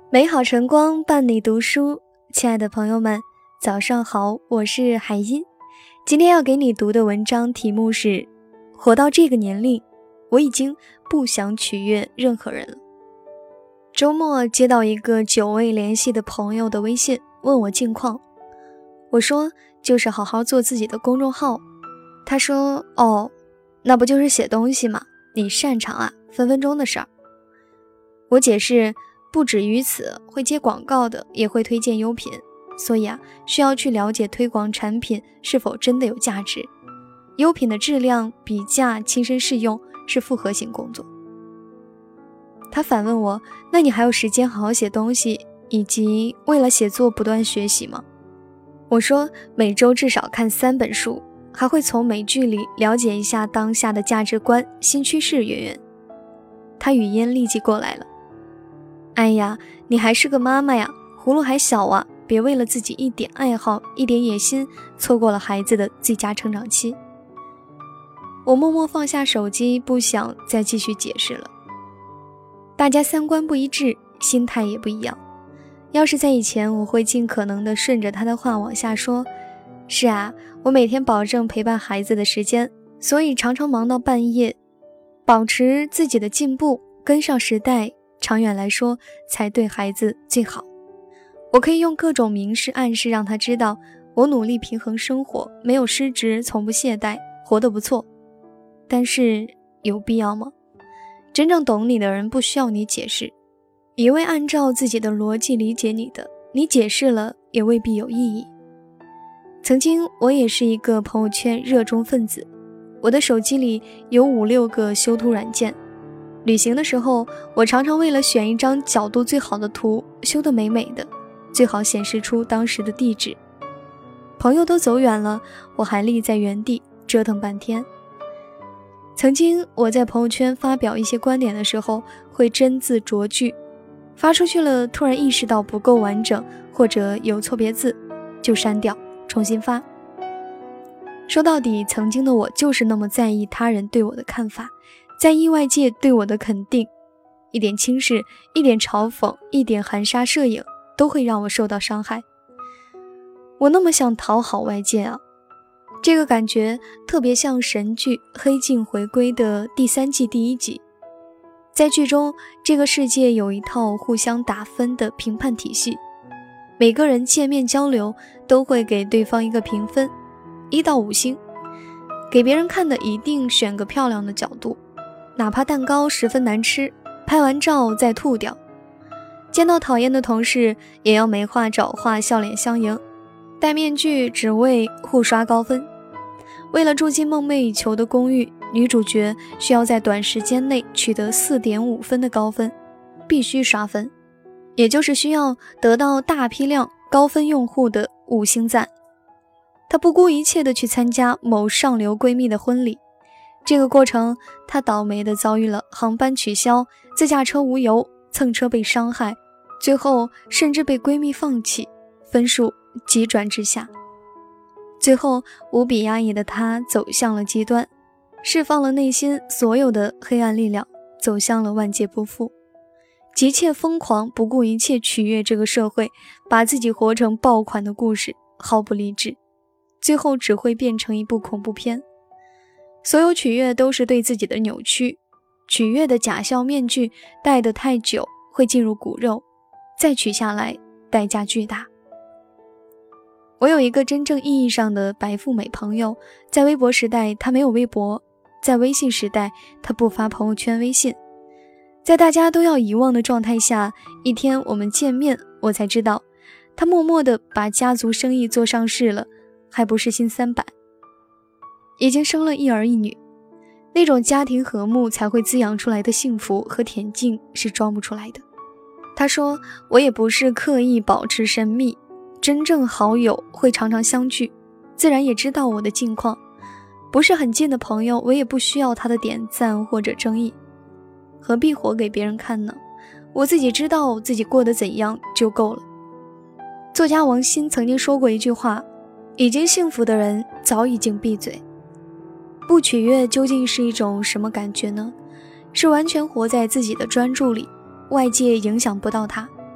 美好晨光伴你读书，亲爱的朋友们，早上好，我是海音。今天要给你读的文章题目是：活到这个年龄，我已经不想取悦任何人了。周末接到一个久未联系的朋友的微信，问我近况。我说就是好好做自己的公众号。他说那不就是写东西吗？你擅长啊，分分钟的事儿。我解释不止于此，会接广告的，也会推荐优品，所以需要去了解推广产品是否真的有价值。优品的质量、比价、亲身试用是复合型工作。他反问我，那你还有时间好好写东西，以及为了写作不断学习吗？我说每周至少看3本书，还会从美剧里了解一下当下的价值观、新趋势源。他语音立即过来了。哎呀，你还是个妈妈呀，葫芦还小啊，别为了自己一点爱好、一点野心，错过了孩子的最佳成长期。我默默放下手机，不想再继续解释了。大家三观不一致，心态也不一样。要是在以前，我会尽可能地顺着他的话往下说。是啊，我每天保证陪伴孩子的时间，所以常常忙到半夜。保持自己的进步，跟上时代，长远来说才对孩子最好。我可以用各种明示暗示让他知道，我努力平衡生活，没有失职，从不懈怠，活得不错。但是有必要吗？真正懂你的人不需要你解释，也未按照自己的逻辑理解你的，你解释了也未必有意义。曾经我也是一个朋友圈热衷分子，我的手机里有5-6个修图软件。旅行的时候，我常常为了选一张角度最好的图，修得美美的，最好显示出当时的地址。朋友都走远了，我还立在原地折腾半天。曾经我在朋友圈发表一些观点的时候，会斟字酌句，发出去了突然意识到不够完整，或者有错别字，就删掉，重新发。说到底，曾经的我就是那么在意他人对我的看法，在意外界对我的肯定，一点轻视，一点嘲讽，一点含沙射影，都会让我受到伤害。我那么想讨好外界啊，这个感觉特别像神剧《黑镜回归》的第3季第1集。在剧中，这个世界有一套互相打分的评判体系，每个人见面交流都会给对方一个评分，1到5星。给别人看的一定选个漂亮的角度，哪怕蛋糕10分难吃，拍完照再吐掉。见到讨厌的同事，也要没话找话，笑脸相迎，戴面具只为互刷高分。为了住进梦寐以求的公寓，女主角需要在短时间内取得4.5分的高分，必须刷分，也就是需要得到大批量高分用户的5星赞。她不顾一切地去参加某上流闺蜜的婚礼，这个过程她倒霉地遭遇了航班取消、自驾车无油、蹭车被伤害，最后甚至被闺蜜放弃，分数急转直下。最后无比压抑的她走向了极端，释放了内心所有的黑暗力量，走向了万劫不复，急切疯狂，不顾一切取悦这个社会，把自己活成爆款的故事，毫不励志，最后只会变成一部恐怖片。所有取悦都是对自己的扭曲，取悦的假笑面具戴得太久会进入骨肉，再取下来代价巨大。我有一个真正意义上的白富美朋友，在微博时代她没有微博，在微信时代她不发朋友圈微信。在大家都要遗忘的状态下，一天我们见面，我才知道她默默地把家族生意做上市了，还不是新3板，已经生了1儿1女。那种家庭和睦才会滋养出来的幸福和恬静是装不出来的。她说，我也不是刻意保持神秘，真正好友会常常相聚，自然也知道我的近况。不是很近的朋友，我也不需要他的点赞或者争议，何必活给别人看呢？我自己知道自己过得怎样就够了。作家王鑫曾经说过一句话，已经幸福的人早已经闭嘴。不取悦究竟是一种什么感觉呢？是完全活在自己的专注里，外界影响不到他。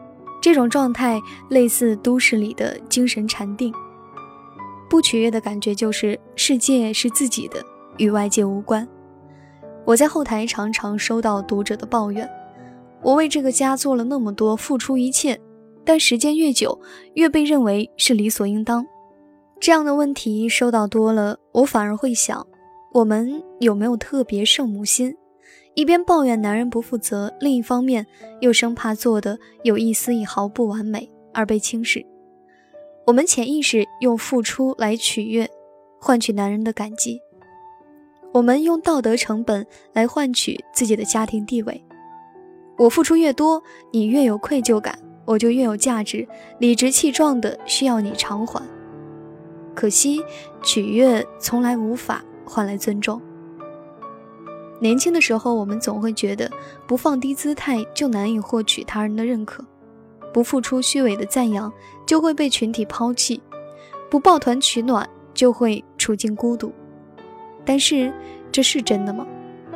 这种状态类似都市里的精神禅定。不取悦的感觉就是世界是自己的，与外界无关。我在后台常常收到读者的抱怨，我为这个家做了那么多，付出一切，但时间越久，越被认为是理所应当。这样的问题收到多了，我反而会想，我们有没有特别圣母心？一边抱怨男人不负责，另一方面又生怕做的有一丝一毫不完美而被轻视。我们潜意识用付出来取悦，换取男人的感激。我们用道德成本来换取自己的家庭地位。我付出越多，你越有愧疚感，我就越有价值，理直气壮的需要你偿还。可惜，取悦从来无法换来尊重。年轻的时候，我们总会觉得不放低姿态就难以获取他人的认可，不付出虚伪的赞扬就会被群体抛弃，不抱团取暖就会处境孤独。但是这是真的吗？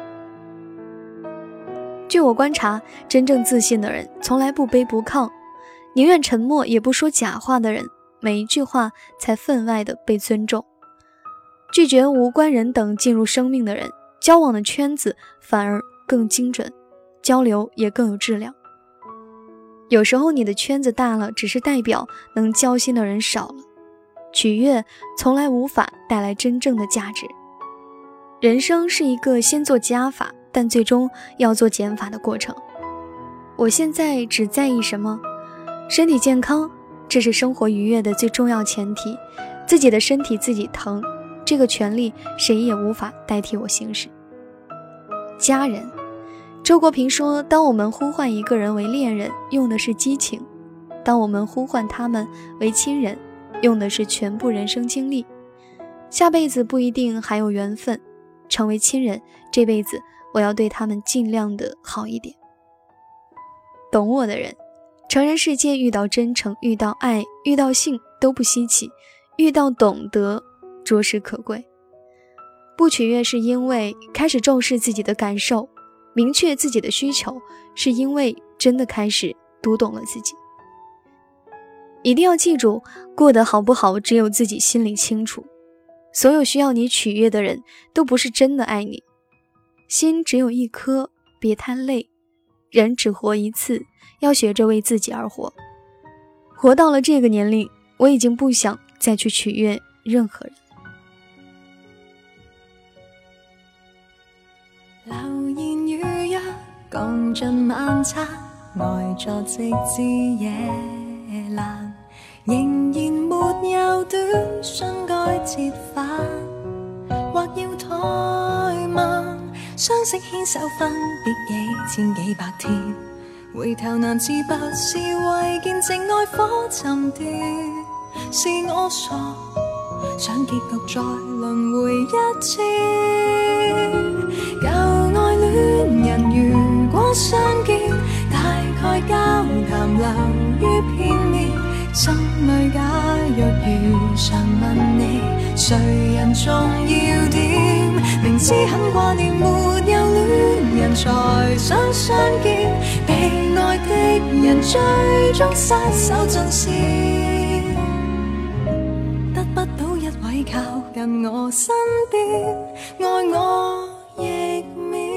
据我观察，真正自信的人从来不卑不亢，宁愿沉默也不说假话的人，每一句话才分外的被尊重。拒绝无关人等进入生命的人，交往的圈子反而更精准，交流也更有质量。有时候你的圈子大了，只是代表能交心的人少了。取悦从来无法带来真正的价值。人生是一个先做加法，但最终要做减法的过程。我现在只在意什么？身体健康，这是生活愉悦的最重要前提。自己的身体自己疼，这个权利谁也无法代替我行使。家人，周国平说，当我们呼唤一个人为恋人，用的是激情；当我们呼唤他们为亲人，用的是全部人生经历。下辈子不一定还有缘分，成为亲人，这辈子我要对他们尽量的好一点。懂我的人，成人世界遇到真诚，遇到爱，遇到性都不稀奇，遇到懂得着实可贵。不取悦是因为开始重视自己的感受，明确自己的需求，是因为真的开始读懂了自己。一定要记住，过得好不好只有自己心里清楚。所有需要你取悦的人都不是真的爱你。心只有一颗，别贪累。人只活一次，要学着为自己而活。活到了这个年龄，我已经不想再去取悦任何人。 流言如若共進晚餐，呆坐直至夜闌，仍然沒有短信該折返，或要怠慢。相識牽手分別幾千幾百天，回頭難自拔，是為見證愛火沉澱。是我傻，想結局再輪迴一次。舊愛戀人如果相見，大概交談流於片面，心裏假若如常問你，誰人重要點？明知很掛念，沒有戀人才想相見，被愛的人最終失手盡線，得不到一位靠近我身邊，愛我亦免。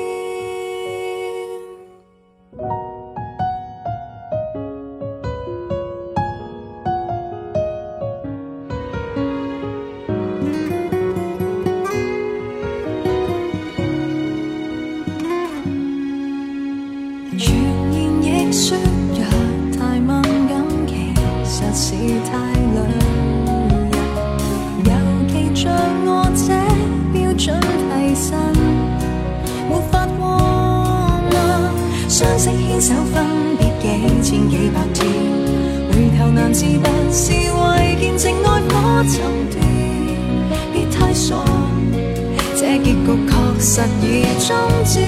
傳言亦說，若太敏感，其實是太累人。尤其像我這標準替身，沒法過問。相識牽手分別幾千幾百天，回頭難自拔，是為見證愛火沉澱。別太傻，這結局確實已終止。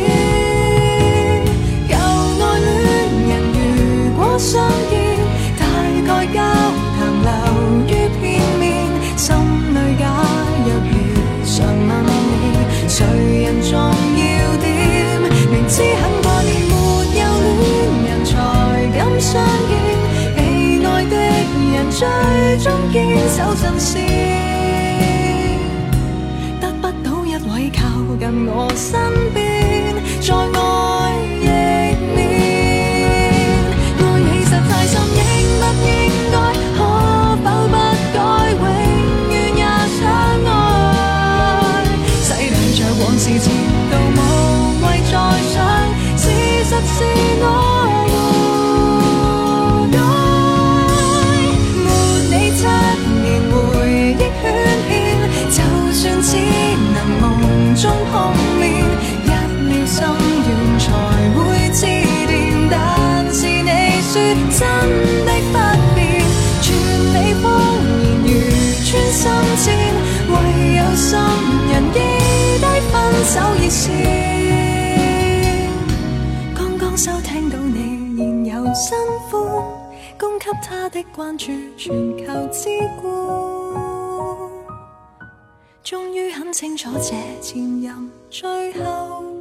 相見大概交談流於片面，心裏假若如常問你，誰人重要點？明知很掛念，沒有戀人才敢相見， 最終堅守陣線，得不到一位靠近我身邊，在愛亦面。愛你實太深，應不應該？可否不改？永遠也相愛。洗亮着往事前度，無謂再想，事實是我活該。沒你7年回憶圈圈，就算只能夢中碰面，一秒心願才會致電，但是你說真的不變，全你謊言如穿心箭，唯有心人記低分手熱線。剛剛收聽到你現有新歡，供給他的關注全球之冠，終於很清楚這前任最後